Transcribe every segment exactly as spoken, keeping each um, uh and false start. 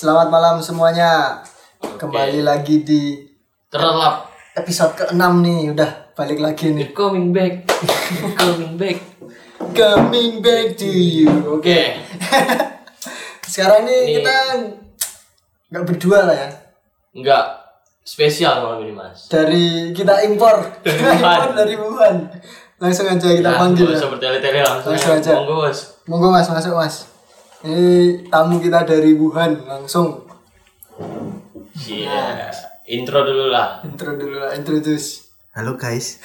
Selamat malam semuanya. Kembali okay. lagi di Terlelap episode keenam nih. Udah balik lagi nih. Coming back. Coming back. Coming back to you. Oke. Okay. Sekarang nih, nih kita nggak berdua lah ya. Nggak spesial malam ini mas. Dari kita impor. Kita impor dari Wuhan. Langsung aja kita ya, panggil ya. Seperti tele-tele langsung, langsung aja. Monggo mas. Monggo mas, masuk mas. Ini tamu kita dari Wuhan langsung. Iya. Yeah. Intro dulu lah. Intro dulu lah. Introduce. Halo guys.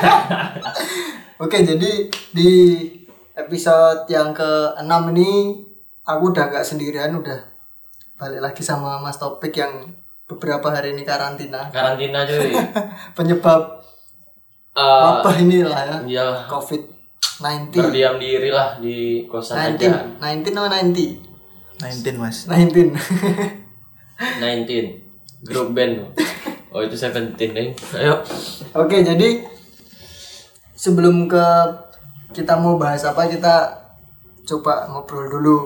Oke, jadi di episode yang keenam ini aku udah gak sendirian, udah balik lagi sama Mas Topik yang beberapa hari ini karantina. Karantina cuy. Penyebab uh, wabah inilah ya. Iyalah. covid sembilan belas. Berdiam diri lah di kosan sembilan belas. aja. sembilan belas atau sembilan puluh? sembilan belas mas. sembilan belas. sembilan belas. Grup band. Oh itu tujuh belas nih. Ayo. Oke, jadi sebelum ke kita mau bahas apa, kita coba ngobrol dulu.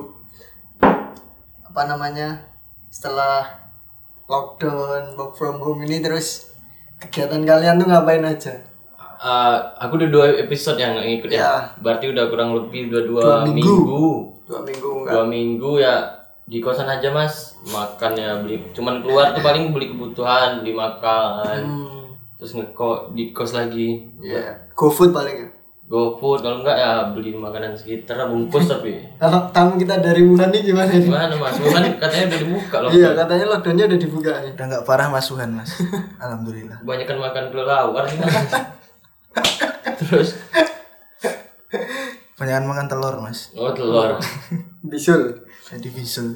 Apa namanya? Setelah lockdown, work from home ini, terus kegiatan kalian tuh ngapain aja? Uh, aku udah dua episode yang ngikut ya. ya. Berarti udah kurang lebih udah dua, dua minggu. minggu. Dua minggu enggak? Dua minggu ya di kosan aja mas. Makan ya beli. Cuman keluar tuh paling beli kebutuhan, beli makan. Hmm. Terus ngekos di kos lagi. Iya. Yeah. GoFood paling ya. GoFood kalau enggak ya beli makanan sekitar bungkus tapi. Kalau tamu kita dari Wuhan nih gimana nih? Gimana mas? Wuhan katanya udah dibuka loh. Iya katanya lockdownnya udah dibuka nih. Udah nggak parah mas Wuhan mas. Alhamdulillah. Kebanyakan makan kelelawar sih mas. Terus banyakan makan telur mas. Oh telur. Bisul. Jadi bisul.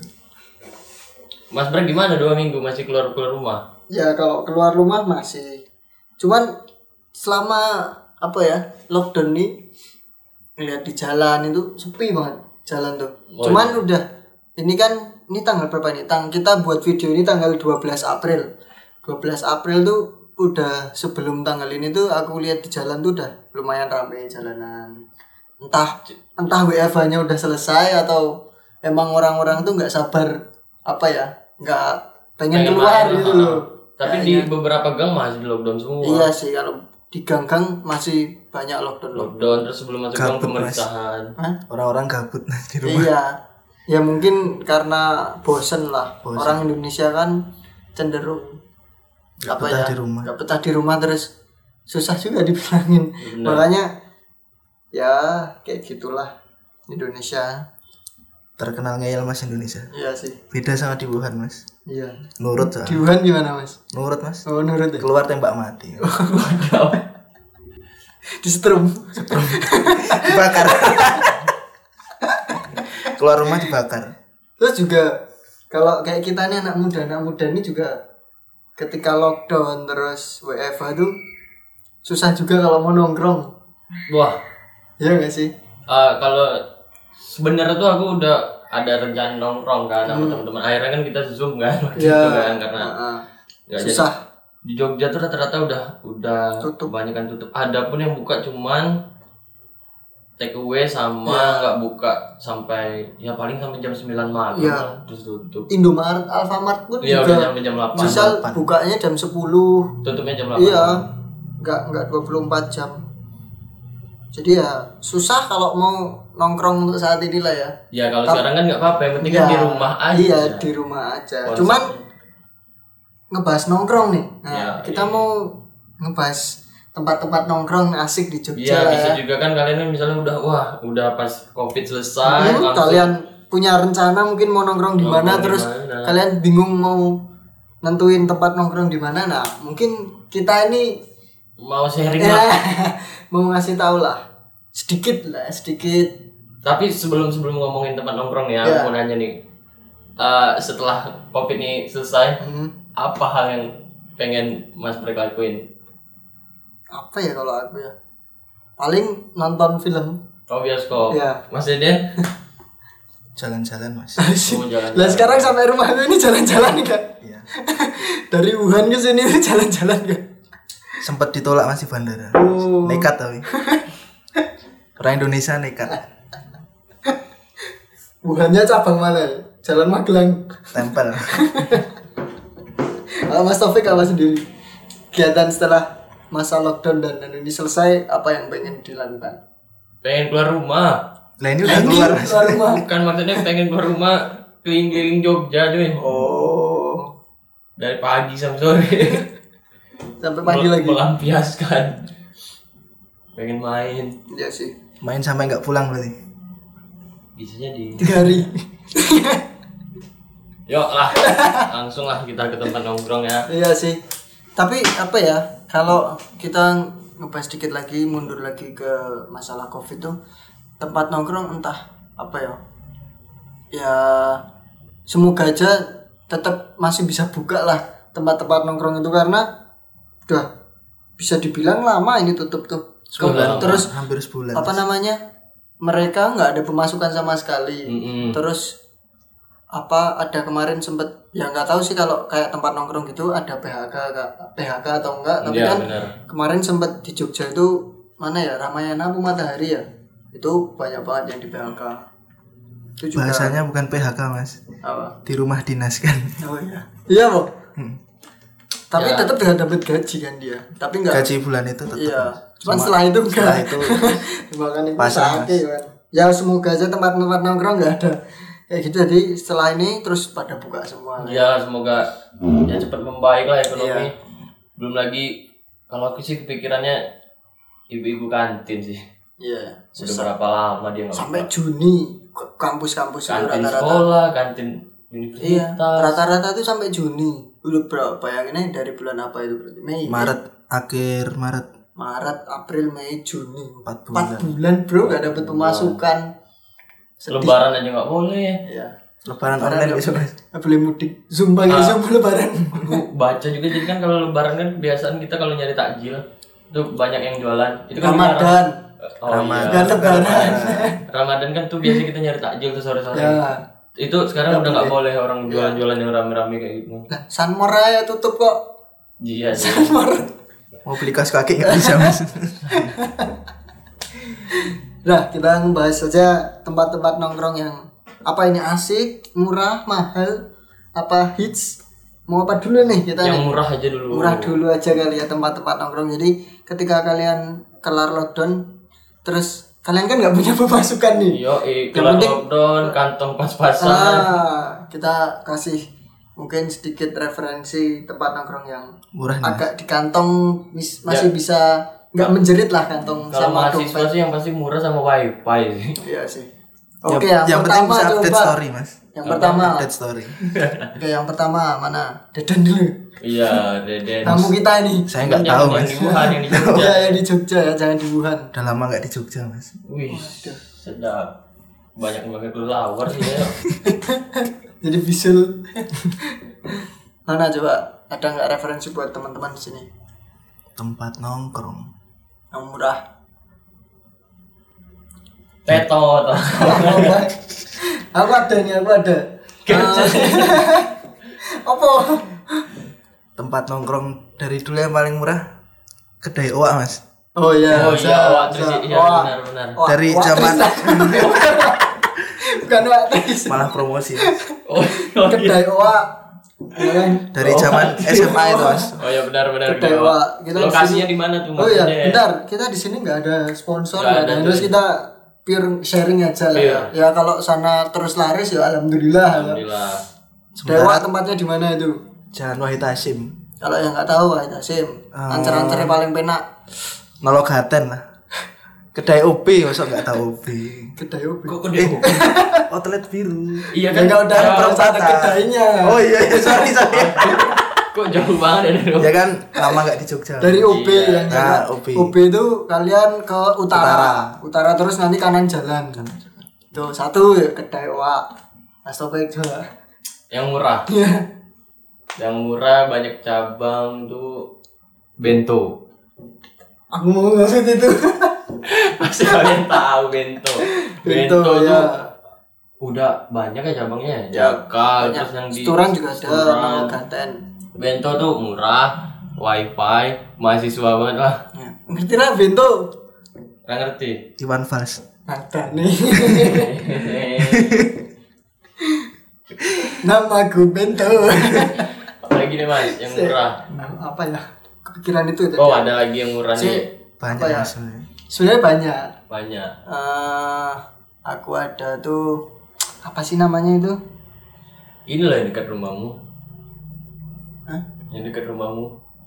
Mas Bra gimana dua minggu masih keluar keluar rumah? Ya kalau keluar rumah masih. Cuman selama apa ya lockdown nih ngeliat di jalan itu sepi banget jalan tuh. Oh, cuman iya. udah ini kan ini tanggal berapa nih? Tang kita buat video ini tanggal dua belas April. dua belas April tuh udah sebelum tanggal ini tuh aku lihat di jalan tuh udah lumayan ramai jalanan. Entah entah W F H-nya udah selesai atau emang orang-orang tuh nggak sabar apa ya, nggak pengen, pengen keluar main, gitu loh. Tapi kayaknya di beberapa gang masih di lockdown semua. Iya sih, kalau di gang-gang masih banyak lockdown. Lockdown terus sebelum masuk gang pemerintahan. Orang-orang gabut di rumah. Iya, ya mungkin karena bosen lah. Bosen. Orang Indonesia kan cenderung gak apa betah ya, di rumah. Gak betah di rumah terus susah juga dibilangin. Bener. Makanya ya kayak gitulah Indonesia. Terkenal ngeyel mas Indonesia. Iya sih. Beda sama di Wuhan mas. Iya. Nurut soalnya. Di Wuhan gimana mas? Nurut mas. Oh nurut ya? Keluar tembak mati. Disetrum. Setrum. Dibakar. Keluar rumah dibakar. Terus juga kalau kayak kita nih anak muda, anak muda ini juga ketika lockdown terus W F H tuh susah juga kalau mau nongkrong. Wah. Iya gak sih? Uh, kalau sebenarnya tuh aku udah ada rencana nongkrong kan sama hmm. teman-teman. Akhirnya kan kita zoom kan waktu ya, itu kan karena uh, uh. susah. Jadi, di Jogja tuh rata-rata udah udah tutup. Kebanyakan tutup. Ada pun yang buka cuman take away sama nggak ya. Buka sampai ya paling sampai jam sembilan malam ya. Terus tutup. Indomaret, Alfamart pun ya, juga jam jam delapan. Misal bukanya jam sepuluh, tutupnya jam delapan. Iya. Enggak enggak dua puluh empat jam. Jadi ya susah kalau mau nongkrong untuk saat ini lah ya. Ya kalau Tapi, sekarang kan nggak apa-apa, yang penting ya, kan di rumah aja. Iya di rumah aja. Konsep. Cuman ngebahas nongkrong nih. Nah, ya, kita iya. mau ngebahas tempat-tempat nongkrong asik di Jogja. Iya bisa ya. Juga kan kalian misalnya udah wah udah pas COVID selesai. Hmm, kalian punya rencana mungkin mau nongkrong di mana terus dimana? Kalian bingung mau nentuin tempat nongkrong di mana. Nah mungkin kita ini mau sharing ya, lah. Mau ngasih tahu lah sedikit lah sedikit. Tapi sebelum sebelum ngomongin tempat nongkrong ya, yeah. aku mau nanya nih, uh, setelah COVID ini selesai, hmm. apa hal yang pengen Mas Brek lakuin? Apa ya kalau aku ya? Paling nonton film. Oh bioskop. Ya. Mas Deden? Jalan-jalan mas. Oh, jalan-jalan. Lah sekarang sampai rumah ini jalan-jalan kan? Iya. Dari Wuhan ke sini jalan-jalan kan? Sempat ditolak masih bandara. Oh. Nekat tapi. Orang Indonesia nekat. Wuhannya cabang mana? Jalan Magelang. Tempel. Kalau Mas Taufik apa sendiri? Kegiatan setelah masa lockdown dan ini selesai, apa yang pengen dilakukan? Pengen keluar rumah. Lah ini udah keluar. Mas. Keluar rumah. Bukan maksudnya pengen keluar rumah keliling-keliling Jogja cuy. Oh. Dari pagi sampai sore. Sampai pagi lagi. Melampiaskan. Pengen main. Iya sih. Main sampai nggak pulang berarti. Bisa jadi. Tiga hari. Yuk lah, langsung lah kita ke tempat nongkrong ya. Iya sih. Tapi apa ya? Kalau kita ngebahas sedikit lagi, mundur lagi ke masalah Covid tuh, tempat nongkrong entah apa ya? Ya semoga aja tetap masih bisa buka lah tempat-tempat nongkrong itu karena udah bisa dibilang lama ini tutup tuh. Sudah Terus Hampir sebulan. apa namanya? Mereka nggak ada pemasukan sama sekali. Mm-mm. Terus apa ada kemarin sempet ya nggak tahu sih kalau kayak tempat nongkrong gitu ada P H K P H K atau enggak, tapi Iya, kan benar. kemarin sempet di Jogja itu mana ya, Ramayana apa Matahari ya, itu banyak banget yang di P H K. Itu juga Bahasanya bukan P H K mas. apa? Di rumah dinas kan. Oh iya. Iya kok. Hmm. Tapi Ya. tetap dengan dapat gaji kan dia. Tapi enggak. Gaji bulan itu tetap. Iya. Mas. Cuman Cuma setelah itu enggak. setelah itu Bahkan itu pasrah, sakit kan. Ya semoga aja tempat-tempat nongkrong enggak ada. Kayak gitu, jadi setelah ini terus pada buka semua. Ya semoga ya cepat membaik lah ekonomi. Iya. Belum lagi kalau aku sih kepikirannya ibu-ibu kantin sih. Iya. Udah Susah. berapa lama dia nggak Sampai buka. Juni ke kampus-kampus itu Kantin rata-rata. sekolah, kantin Iya, universitas. rata-rata itu sampai Juni. Udah berapa? Bayangin aja dari bulan apa itu berarti? Mei. Maret akhir Maret Maret, April, Mei, Juni. empat Empat bulan. bulan, Bro, gak dapet pemasukan. Sedih. Lebaran aja nggak boleh. Iya. Lebaran Lebaran online nggak besok boleh. mas. Nggak boleh mudik. Zoom pakai Ah. Zoom lebaran. Aku baca juga jadi kan kalau lebaran kan kebiasaan kita kalau nyari takjil itu banyak yang jualan. Itu kan Ramadan. dilarang. Oh, Ramadan. iya. Gak lebaran. Ramadan kan tuh biasa kita nyari takjil tuh sore-sore. Ya. Itu sekarang udah nggak boleh orang jualan-jualan yang rame-rame kayak gitu. Nah, Sunmor aja tutup kok. Iya. iya. Sunmor. Mau beli kaos kaki nggak bisa mas. Nah, kita ngebahas saja tempat-tempat nongkrong yang apa ini asik, murah, mahal, apa hits. Mau apa dulu nih kita Yang nih? murah aja dulu. Murah dulu aja kali ya tempat-tempat nongkrong. Jadi ketika kalian kelar lockdown, terus kalian kan nggak punya pemasukan nih. Yo, Yang kelar penting- lockdown, kantong pas-pasan. Ah, kita kasih mungkin sedikit referensi tempat nongkrong yang Murah nih. agak di kantong mis- masih bisa nggak menjerit lah kantong Kalau sama mahasiswa dompet. sih yang pasti murah sama wifi sih. Iya sih. Oke, yang, yang, yang penting pertama bisa update coba. story mas. Yang pertama. Update story. Oke, yang pertama mana? Dedan dulu. Iya, Deden. Tamu kita ini. Saya nggak Yang- tahu yang mas. di Wuhan, yang di Ya, Jogja. yang di Jogja ya, jangan di Wuhan. Udah lama nggak di Jogja mas. Wih, sedap. Banyak banget kelelawar sih ya. Jadi visual. Mana coba? Ada nggak referensi buat teman-teman di sini? Tempat nongkrong. Yang murah. Tetot. Aku ada nih, aku ada. Kerja. Apa? Tempat nongkrong dari dulu yang paling murah. Kedai Owa mas. Oh iya. Oh bisa, iya, wah, bisa. terus iya Wah. benar benar. Wah, Dari wah, zaman- Tris. Bukan Wak Tris. Malah promosi. Oh, oh iya. Kedai Owa. Ya kan? Dari zaman S M A itu mas. Oh iya benar benar. Kedai benar. Owa. Kita di Lokasinya sini- di mana tuh Oh iya, maksudnya? bentar. Kita di sini nggak ada sponsor, Nggak nggak ada, ada. Terus cuy. kita pure sharing aja lah. Ya. Pure. Ya kalau sana terus laris ya alhamdulillah. Alhamdulillah. Dewa tempatnya di mana itu? Jalan Wahid Hasim. Kalau yang nggak tahu Wahid Hasim, Ah. ancer-ancernya paling penak. Nologaten lah. Kedai O B masa nggak tahu O B. Kedai Ubi. Kok kedai Ubi? Outlet biru. Iya Ya kan nggak udah jauh- terus ada kedainya. Oh iya, iya sorry sorry. Kok jauh banget ya dari Ya kan lama nggak di Jogja. Dari U B Iya. yang Nah, jalan. U B. U B itu kalian ke utara. Utara. Utara terus nanti kanan jalan. Tuh satu ya kedai Owa. Mas Topik coba. yang murah. Yang murah banyak cabang tuh bento. Aku mau ngasih itu. Pasti kalian tahu bento. Bento, Bento ya. tuh udah banyak ya cabangnya. Jakal Banyak. terus yang di Setoran juga ada, Setoran. nama Gaten. Bento tuh murah, wifi, mahasiswa banget lah. Ya. Ngerti lah bento. Nggak ngerti. Iwan Fals. Ada nih. Nama gue bento. Apalagi nih mas, yang murah. Nah, apa ya? Kepikiran itu tadi. Oh ada lagi yang murah Si, nih. Banyak ya? mas. Sebenarnya banyak. Banyak. Eh, aku ada tuh apa sih namanya itu? Ini loh yang dekat rumahmu. Hah? Yang dekat rumahmu.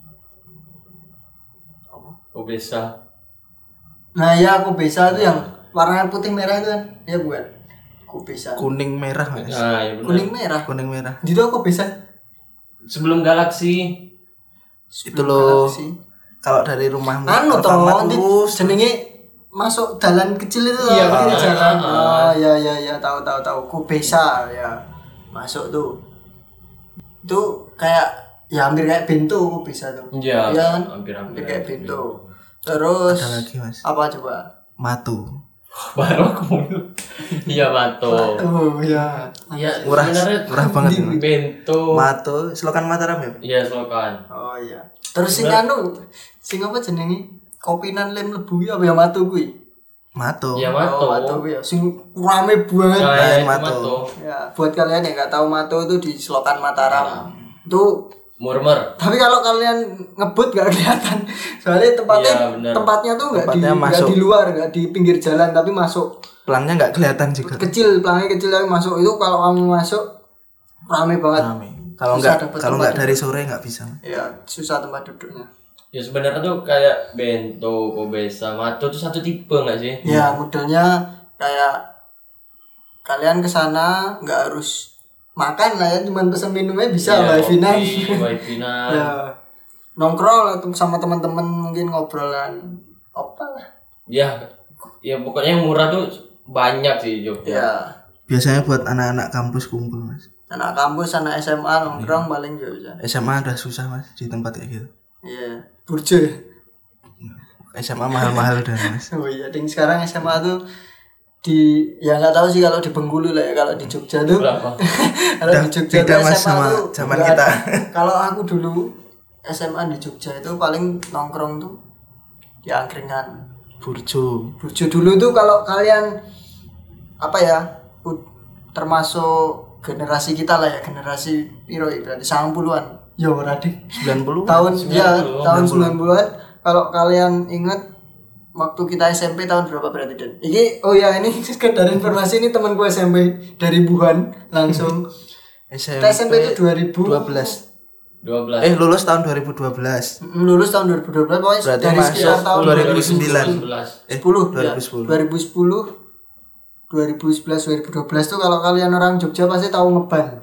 Obesa. Nah ya aku bisa tuh yang warna putih merah itu kan? Ya bukan? Aku bisa. Kuning merah mas. Nah, ya benar. Kuning merah. Kuning merah. Itu aku bisa. Sebelum Galaxy. Itu loh. Galaxy. Kalau dari rumahmu Anu toh, Alfamart nanti lurus. jenenge masuk jalan kecil itu Iya, loh, bener. jalan. Ah. Oh ya ya ya tahu tahu tahu. Ku bisa ya. Masuk tuh. Itu kayak ya hampir kayak pintu ku bisa tuh. Iya. Iya kan? Hampir-hampir. Hampir kayak pintu. Terus Ada lagi mas. apa coba? Matu. Baru aku mau. Iya Mato. Oh ya. Iya Murah, sebenarnya murah banget. di Mas. bento. Matu. Selokan Mataram ya. Iya selokan. Oh iya. Terus sing anu sing apa jenenge? Kopinan lem lebu ya apa ya matu kuwi? Matu. Iya Mato. Oh, matu kuwi ya. Sing rame banget. Nah, Nah, ya, itu Mato. Mato. Ya, buat kalian yang nggak tahu Mato itu di Selokan Mataram. Itu Murmer. tapi kalau kalian ngebut gak kelihatan. Soalnya tempatnya Iya, bener. tempatnya tuh nggak di Tempatnya nggak masuk. di luar, nggak di pinggir jalan tapi masuk Pelangnya nggak kelihatan juga. kecil, pelangnya kecil tapi masuk. Itu kalau kamu masuk rame banget. Rame. Kalau Susah nggak dapet kalau tempat nggak dari sore nggak bisa. Ya, susah tempat duduknya. Ya sebenarnya tuh kayak bento, Obesa, Mato tuh satu tipe nggak sih? Ya, modelnya kayak kalian ke sana nggak harus makan lah ya, cuman pesen minumnya bisa Iya, wifi-nan. kopi, wifi-nan. Ya. Nongkrong lah tuh sama teman-teman mungkin ngobrolan apa lah. Ya, ya pokoknya yang murah tuh banyak sih Jogja. Ya. Biasanya buat anak-anak kampus kumpul mas. Anak kampus, anak S M A nongkrong paling juga bisa. S M A udah susah mas di tempat kayak gitu. Iya, burjo. S M A mahal-mahal udah mas. Oh iya, ding sekarang S M A tuh di ya nggak tahu sih kalau di Bengkulu lah ya, kalau di Jogja tuh. Berapa? Kalau Udah di Jogja beda, tuh Mas, S M A sama tuh zaman nggak kita. ada. Kalau aku dulu S M A di Jogja itu paling nongkrong tuh di angkringan. Burjo. Burjo dulu tuh kalau kalian apa ya u- termasuk generasi kita lah ya, generasi piro ya berarti sembilan puluhan. Ya ora deh. sembilan puluh Tahun ya sembilan puluh, tahun sembilan puluhan. Kalau kalian ingat waktu kita S M P tahun berapa berarti Den? Ini oh ya ini sekedar informasi, ini temanku S M P dari Wuhan langsung. S M P, Kita S M P itu dua ribu dua belas. dua belas. Eh lulus tahun dua ribu dua belas. Mm, lulus tahun dua ribu dua belas pokoknya Berarti dari masuk sekitar tahun dua ribu sembilan. sebelas. Eh sepuluh dua ribu sepuluh. ya, dua ribu sepuluh dua ribu sebelas dua ribu dua belas tuh kalau kalian orang Jogja pasti tahu ngeban.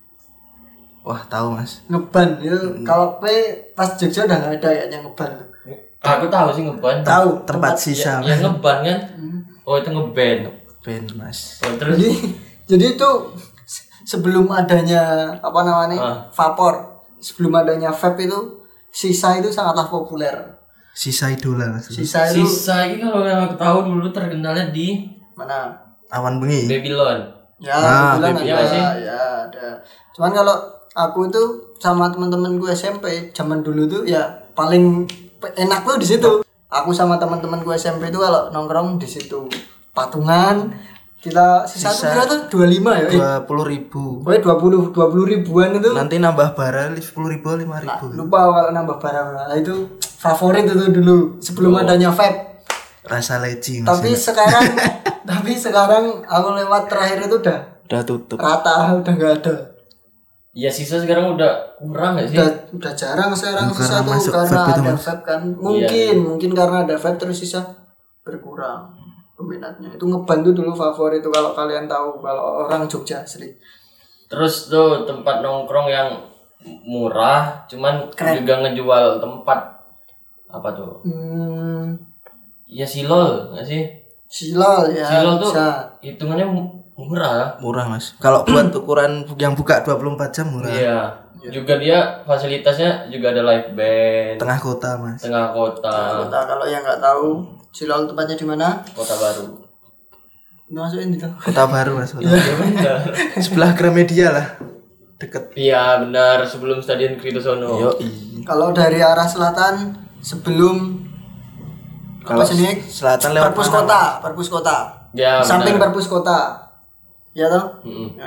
Wah tahu mas. Ngeban itu kalau P pas Jogja udah nggak ada kayaknya ngeban. Aku tahu sih ngeban. Tahu Tempat sisa. Ya, yang ngeban kan? Oh itu ngeband. Band mas. Oh, terus Jadi jadi itu se- sebelum adanya apa namanya Ah. vapor, sebelum adanya vape itu sisa itu sangatlah populer. Sisa idola mas. Sisa itu sisa ini kalau yang aku tahu dulu terkenalnya di mana? Awan bengi. Babylon. Ya, Ah, kebetulan baby. ada, Iya sih. ya ada. Cuman kalau aku itu sama teman-teman gue S M P zaman dulu tuh ya paling enak tuh di situ. Aku sama teman-teman gue S M P itu kalau nongkrong di situ patungan kita sisa, Sisa. tuh berapa tuh dua puluh lima ya. Eh, Dua puluh ribu. pokoknya dua puluh dua puluh ribuan itu. Nanti nambah bara sepuluh ribu lima Nah, ribu. lupa kalau nambah barang. Nah, itu favorit itu dulu sebelum Oh. adanya vape. Rasa leci mas. Tapi sekarang tapi sekarang aku lewat terakhir itu udah Udah tutup. rata, udah nggak ada. Ya sisa sekarang udah kurang gak sih? Udah udah jarang sekarang Oh, sisa karena tuh masuk karena vape itu, ada Mas. vape kan. Mungkin Iya. mungkin karena ada vape terus sisa berkurang peminatnya. Itu ngeban tuh dulu favorit itu kalau kalian tahu kalau orang Jogja asli. Terus tuh tempat nongkrong yang murah, cuman Keren. juga ngejual tempat apa tuh? Hmm, Ya silol gak sih? silol ya silol tuh bisa. hitungannya mu- murah. Murah mas. Kalau buat ukuran yang buka dua puluh empat jam murah. Iya. Juga dia fasilitasnya juga ada live band, Tengah kota mas. tengah kota, Kota, kalau yang nggak tahu silol tempatnya di mana? kota baru. Masukin itu. Kota baru mas. Kota Iya. baru. Ya benar. Sebelah Gramedia lah. Deket. Iya benar sebelum Stadion Kritosono. Yo Kalau dari arah selatan sebelum apa Kalau sih ini? selatan lewat Perpus mana, kota, perpus kota. Ya Samping benar. perpus kota. Ya toh? Mm-mm. Nah,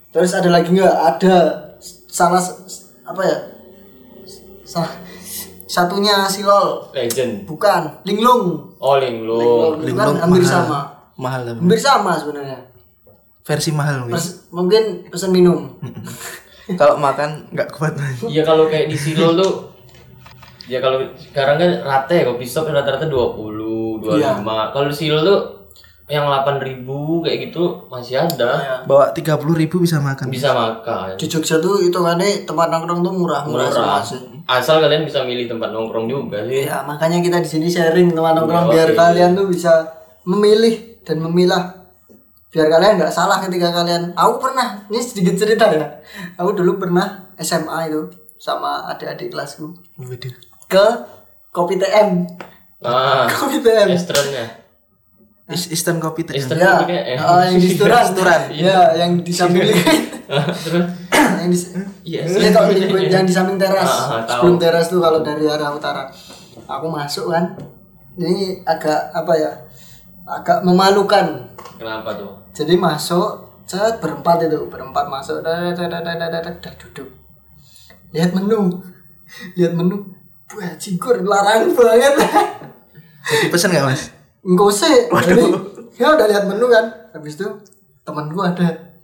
Terus ada lagi nggak? Ada salah apa ya? Salah satunya Silol. Legend. Bukan, Linglung. Oh, Linglung. Linglung kan hampir mahal. sama. Mahal tapi. Hampir sama sebenarnya. Versi mahal mungkin. Pes- mungkin pesan minum. Kalau makan nggak kuat. Iya kalau kayak di Silo tuh ya kalau sekarang kan rata ya kopi shop rata-rata dua puluh, dua puluh lima. Kalau di Silo tuh yang delapan ribu kayak gitu masih ada. Ya. Bawa tiga puluh ribu bisa makan. Bisa makan. Di Jogja tuh itu kan tempat nongkrong tuh murah, murah, Murah. semua sih. Asal kalian bisa milih tempat nongkrong juga sih. Ya, makanya kita di sini sharing tempat nongkrong Iya, biar oke. kalian tuh bisa memilih dan memilah. Biar kalian nggak salah ketika kalian. Aku pernah, ini sedikit cerita ya. Aku dulu pernah S M A itu sama adik-adik kelasku Waduh. ke Kopi T M. Ah, Kopi T M. Estrennya. Is Eastern Coffee T M. Eastern Ya, Kopi kayak, eh. oh, yang di Sturan, Sturan. Ya, yang di samping Terus yang di iya. Ya, kalau di- yang di samping teras. Ah, ah, tahu. Sebelum teras tuh kalau dari arah utara. Aku masuk kan. Ini agak apa ya? Agak memalukan. Kenapa tuh? Jadi masuk, cet berempat itu, berempat masuk, dah dah dah dah dah dah dah duduk. Lihat menu. Lihat menu. Wah, cikur larang banget. Jadi pesen nggak mas? Enggak usah. Jadi, ya udah lihat menu kan. Habis itu temanku ada.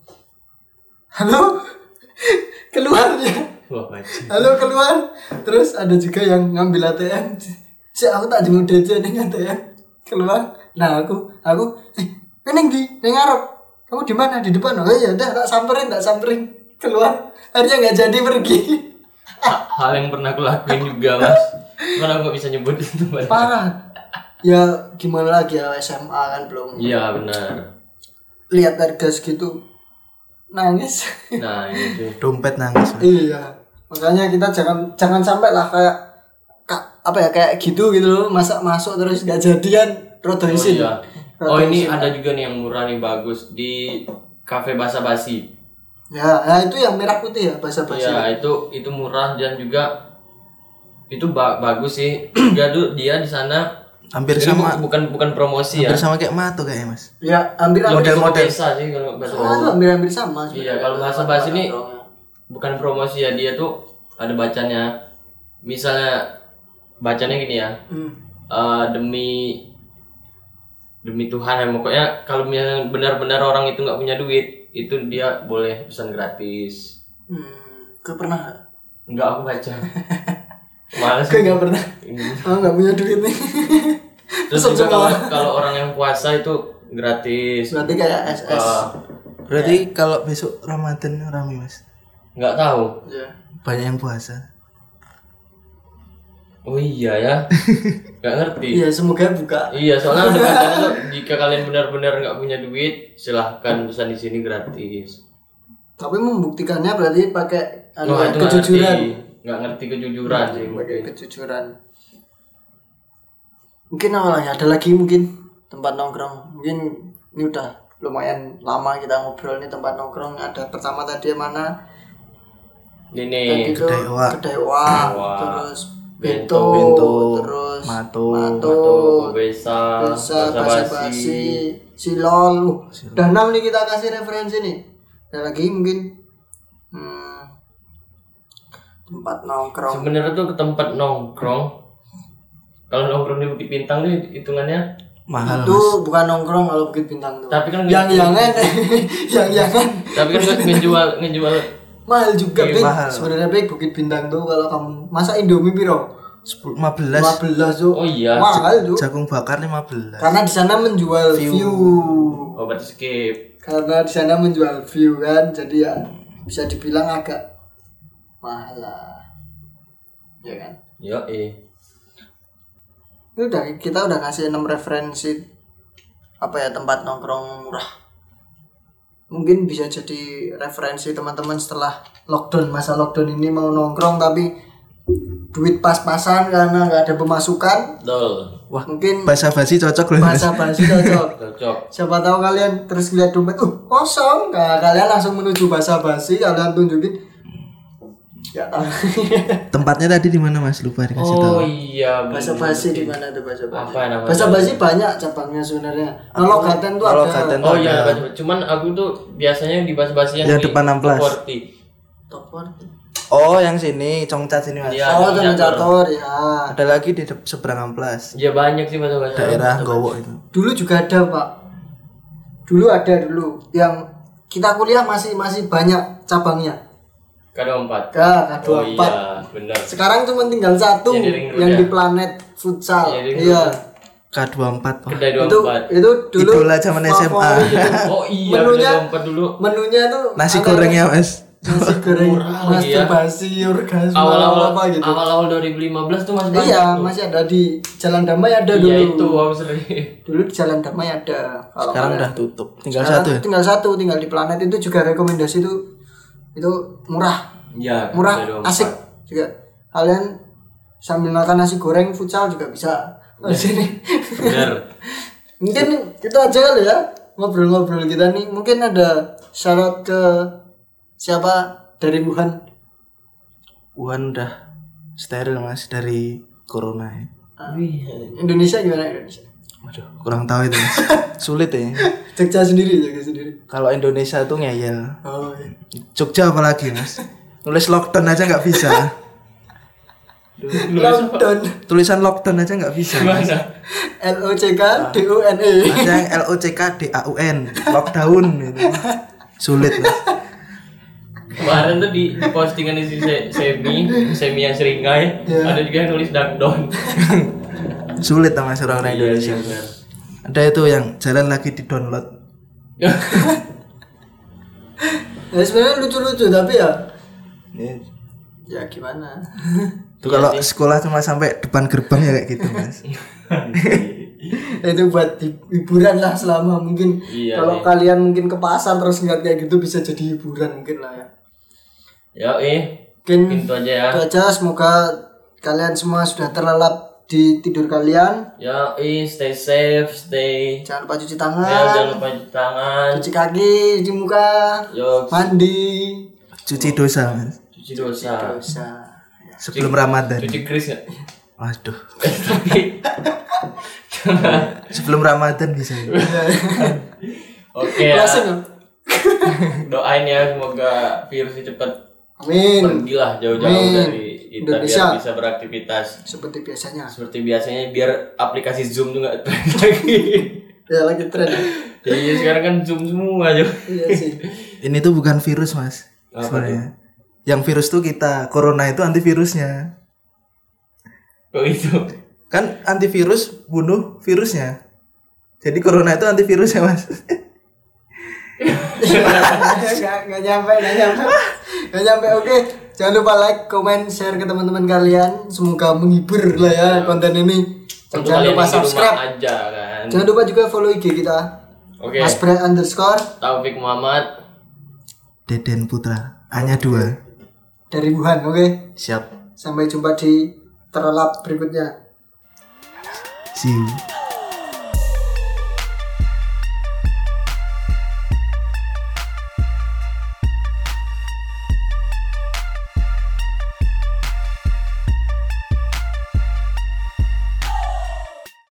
Halo. Keluar dia. Wah, bajing. Halo keluar. Terus ada juga yang ngambil A T M. Si aku tak jemput D J dengan A T M. Keluar. Nah, aku aku eh peneng di nang ngarep. Kamu di mana? Di depan. Oh ya udah tak samperin, tak samperin. Keluar. Akhirnya enggak jadi pergi. Ha- Hal yang pernah aku lakuin juga mas. Cuman aku gak bisa nyebut itu. Mas. Parah. Ya gimana lagi ya S M A kan belum. Iya benar. Lihat harga segitu nangis. Nah ini tuh. Dompet nangis. Mas. Iya. Makanya kita jangan jangan sampai lah kayak ka- apa ya kayak gitu gitu loh, masa masuk terus nggak jadian rodo Oh, isin. iya. Rodo Oh ini isin. ada juga nih yang murah nih bagus di Cafe Basa Basi. Ya, nah itu yang merah putih ya bahasa basi. Iya itu itu murah dan juga itu ba- bagus sih. Juga tuh dia di sana. Hampir Jadi sama. bu- bukan bukan promosi ya. Hampir sama kayak Mato kayaknya mas. Ya, hampir hampir Model-model. Desa sih kalau bahasa sama tuh hampir hampir sama. Iya, kalau bahasa basi ini bukan promosi ya, dia tuh ada bacanya. Misalnya bacanya gini ya. Hmm. eh, demi demi Tuhan ya pokoknya kalau misalnya benar-benar orang itu nggak punya duit itu dia boleh pesan gratis. Hmm. Gue pernah. Nggak aku baca. Males. Gue nggak pernah. Oh nggak punya duit nih. Terus Pesan juga kalau semua. kalau orang yang puasa itu gratis. Berarti kayak S S. Eh, Berarti kalau besok Ramadan rame mas. nggak tahu. Ya. Banyak yang puasa. Oh iya ya. Nggak ngerti. Iya, semoga buka. Iya, soalnya ada bacanya tuh jika kalian benar-benar nggak punya duit, silahkan pesan di sini gratis. Tapi membuktikannya berarti pakai anu, Oh, itu nggak kejujuran. ngerti. Nggak ngerti kejujuran sih Pakai mungkin. kejujuran. Mungkin awalnya ada lagi mungkin tempat nongkrong. Mungkin ini udah lumayan lama kita ngobrol nih tempat nongkrong. Ada pertama tadi yang mana? Ini Tadi itu Kedai Owa. Kedai Owa, Owa. terus Bento, Bento, Bento, terus Mato, Mato, Mato, Besa, Bisa, Basa Basa Basi. Basi, Silol. Uh, Udah enam nih kita kasih referensi nih. Ada lagi mungkin hmm, tempat nongkrong. Sebenarnya tuh ke tempat nongkrong. Kalau nongkrong di Bukit Bintang tuh hitungannya Mahal Itu mas. bukan nongkrong kalau Bukit Bintang tuh. Tapi kan yang yangan, yang yangan tapi kan nggak ngejual ngejual mahal juga Iya, Bek. mahal. Sebenarnya Bek Bukit Bintang tuh kalau kamu masak Indomie piro? Sepuluh, lima belas. lima belas tuh. Oh iya. Mahal tuh. Jagung bakar lima belas. Karena di sana menjual view. View. oh berarti skip. Karena di sana menjual view kan, jadi ya bisa dibilang agak mahal lah. Ya kan? Yo eh. Ini udah kita udah kasih enam referensi apa ya tempat nongkrong murah. Mungkin bisa jadi referensi teman-teman setelah lockdown, masa lockdown ini mau nongkrong tapi duit pas-pasan karena nggak ada pemasukan. Dol. Wah, Mungkin Basa Basi cocok loh mas. bahasa basi cocok. Cocok. Siapa tahu kalian terus lihat dompet, uh kosong, nah, kalian langsung menuju bahasa basi, kalian tunjukin Enggak tahu. Tempatnya tadi di mana Mas? Lupa dikasih tahu. Oh iya, Bahasa basi di mana tuh bahasa basi? Apa namanya? Bahasa basi banyak cabangnya sebenarnya. Nolok Gaten tuh Nolok ada. Gaten. Oh iya, bahasa- cuman aku tuh biasanya di bahasa-bahasa yang Yang di depan enam belas. top empat puluh. Top forty. Oh, yang sini Congcat sini Mas. Iya. Oh, ada Jalan Catur ya. Ada lagi di de- seberang Amplas. Ya banyak sih bahasa-bahasa. Daerah Gowo itu. Dulu juga ada, Pak. Dulu ada dulu yang kita kuliah masih masih banyak cabangnya. K dua puluh empat. K K dua puluh empat. Oh iya, benar. Sekarang cuma tinggal satu Yang di Ring Road yang ya? di Planet Futsal. Iya, di Ring Iya. K dua puluh empat. Pak. Kedai dua Itu puluh empat. itu dulu Idola zaman S M A. favorit itu. Oh iya, Menunya- kedai dua puluh empat dulu. Menunya tuh Nasi ada- gorengnya Mas. Nasi goreng Murah lagi ya. masturbasi orgasme Awal-awal apa gitu. awal-awal dua ribu lima belas tuh masih banyak. Iya, tuh. masih ada di Jalan Damai ada dulu. Iya itu aku sering. Dulu di Jalan Damai ada. Kalau Sekarang kalian- udah tutup. Tinggal sekarang satu ya. Tinggal satu, tinggal di Planet itu juga rekomendasi itu itu murah, Iya, murah, kedai dua puluh empat. asik juga. Kalian sambil makan nasi goreng futsal juga bisa. Di sini. Bener. Mungkin itu aja kali ya ngobrol-ngobrol kita nih. Mungkin ada syarat ke siapa dari Wuhan. Wuhan udah steril Mas dari corona ya. Indonesia gimana Indonesia? Waduh, kurang tahu itu Mas. Sulit ya. Jogja sendiri, Jogja sendiri. Kalau Indonesia tuh ngeyel. Oh, iya. Jogja apalagi Mas. Nulis lockdown aja nggak bisa. Lockdown. Tulisan lockdown aja nggak bisa. Mas. Gimana? L O C K D U N E. Ada yang L O C K D A U N. Lockdown gitu. Sulit Mas. Kemarin tuh di, di postingan di se- semi, semi yang seringai, Iya. ada juga yang nulis down. Sulit sama orang-orang Indonesia. Iya, Ada itu yang jalan lagi di download. Ya sebenarnya lucu-lucu tapi ya Ya, ya gimana? itu kalau sekolah cuma sampai depan gerbang ya kayak gitu Mas. Itu buat hi- hiburan lah selama mungkin Iya, kalau iya. kalian mungkin ke pasar terus ngeliat kayak gitu bisa jadi hiburan mungkin lah ya. Ya, eh, Mungkin itu aja ya. itu aja, semoga kalian semua sudah terlelap di tidur kalian. Ya, eh, stay safe, stay. Jangan lupa cuci Ya, tangan, jangan lupa cuci tangan. cuci kaki, cuci muka, Yo, mandi, Cuci dosa Mas. cuci dosa. dosa. Sebelum Ramadan. Cuci kris nggak? Waduh. Tapi, Sebelum Ramadan bisa. oke ya. Closing ya? Doain ya semoga virus ini cepat Amin. pergilah jauh-jauh Amin. dari kita Indonesia. biar bisa beraktivitas Seperti biasanya. seperti biasanya, biar aplikasi Zoom tuh nggak tren lagi. Ya lagi tren. Iya sekarang kan Zoom semua aja. Iya sih. Ini tuh bukan virus Mas. Apa Sebenarnya. Yang virus tuh kita, corona itu antivirusnya. Kok itu? Kan antivirus bunuh virusnya. Jadi corona itu antivirusnya Mas. Nggak nggak nyampe, nggak nyampe, nggak nyampe. Oke, jangan lupa like, comment, share ke teman-teman kalian. Semoga menghibur lah ya konten ini. Dan Untuk jangan kalian lupa yang di rumah subscribe. aja kan. Jangan lupa juga follow I G kita. Oke. Mas Brad underscore Taufik Muhammad. Deden Putra. Hanya dua. dari Wuhan. Oke, Siap. sampai jumpa di terlelap berikutnya. See you.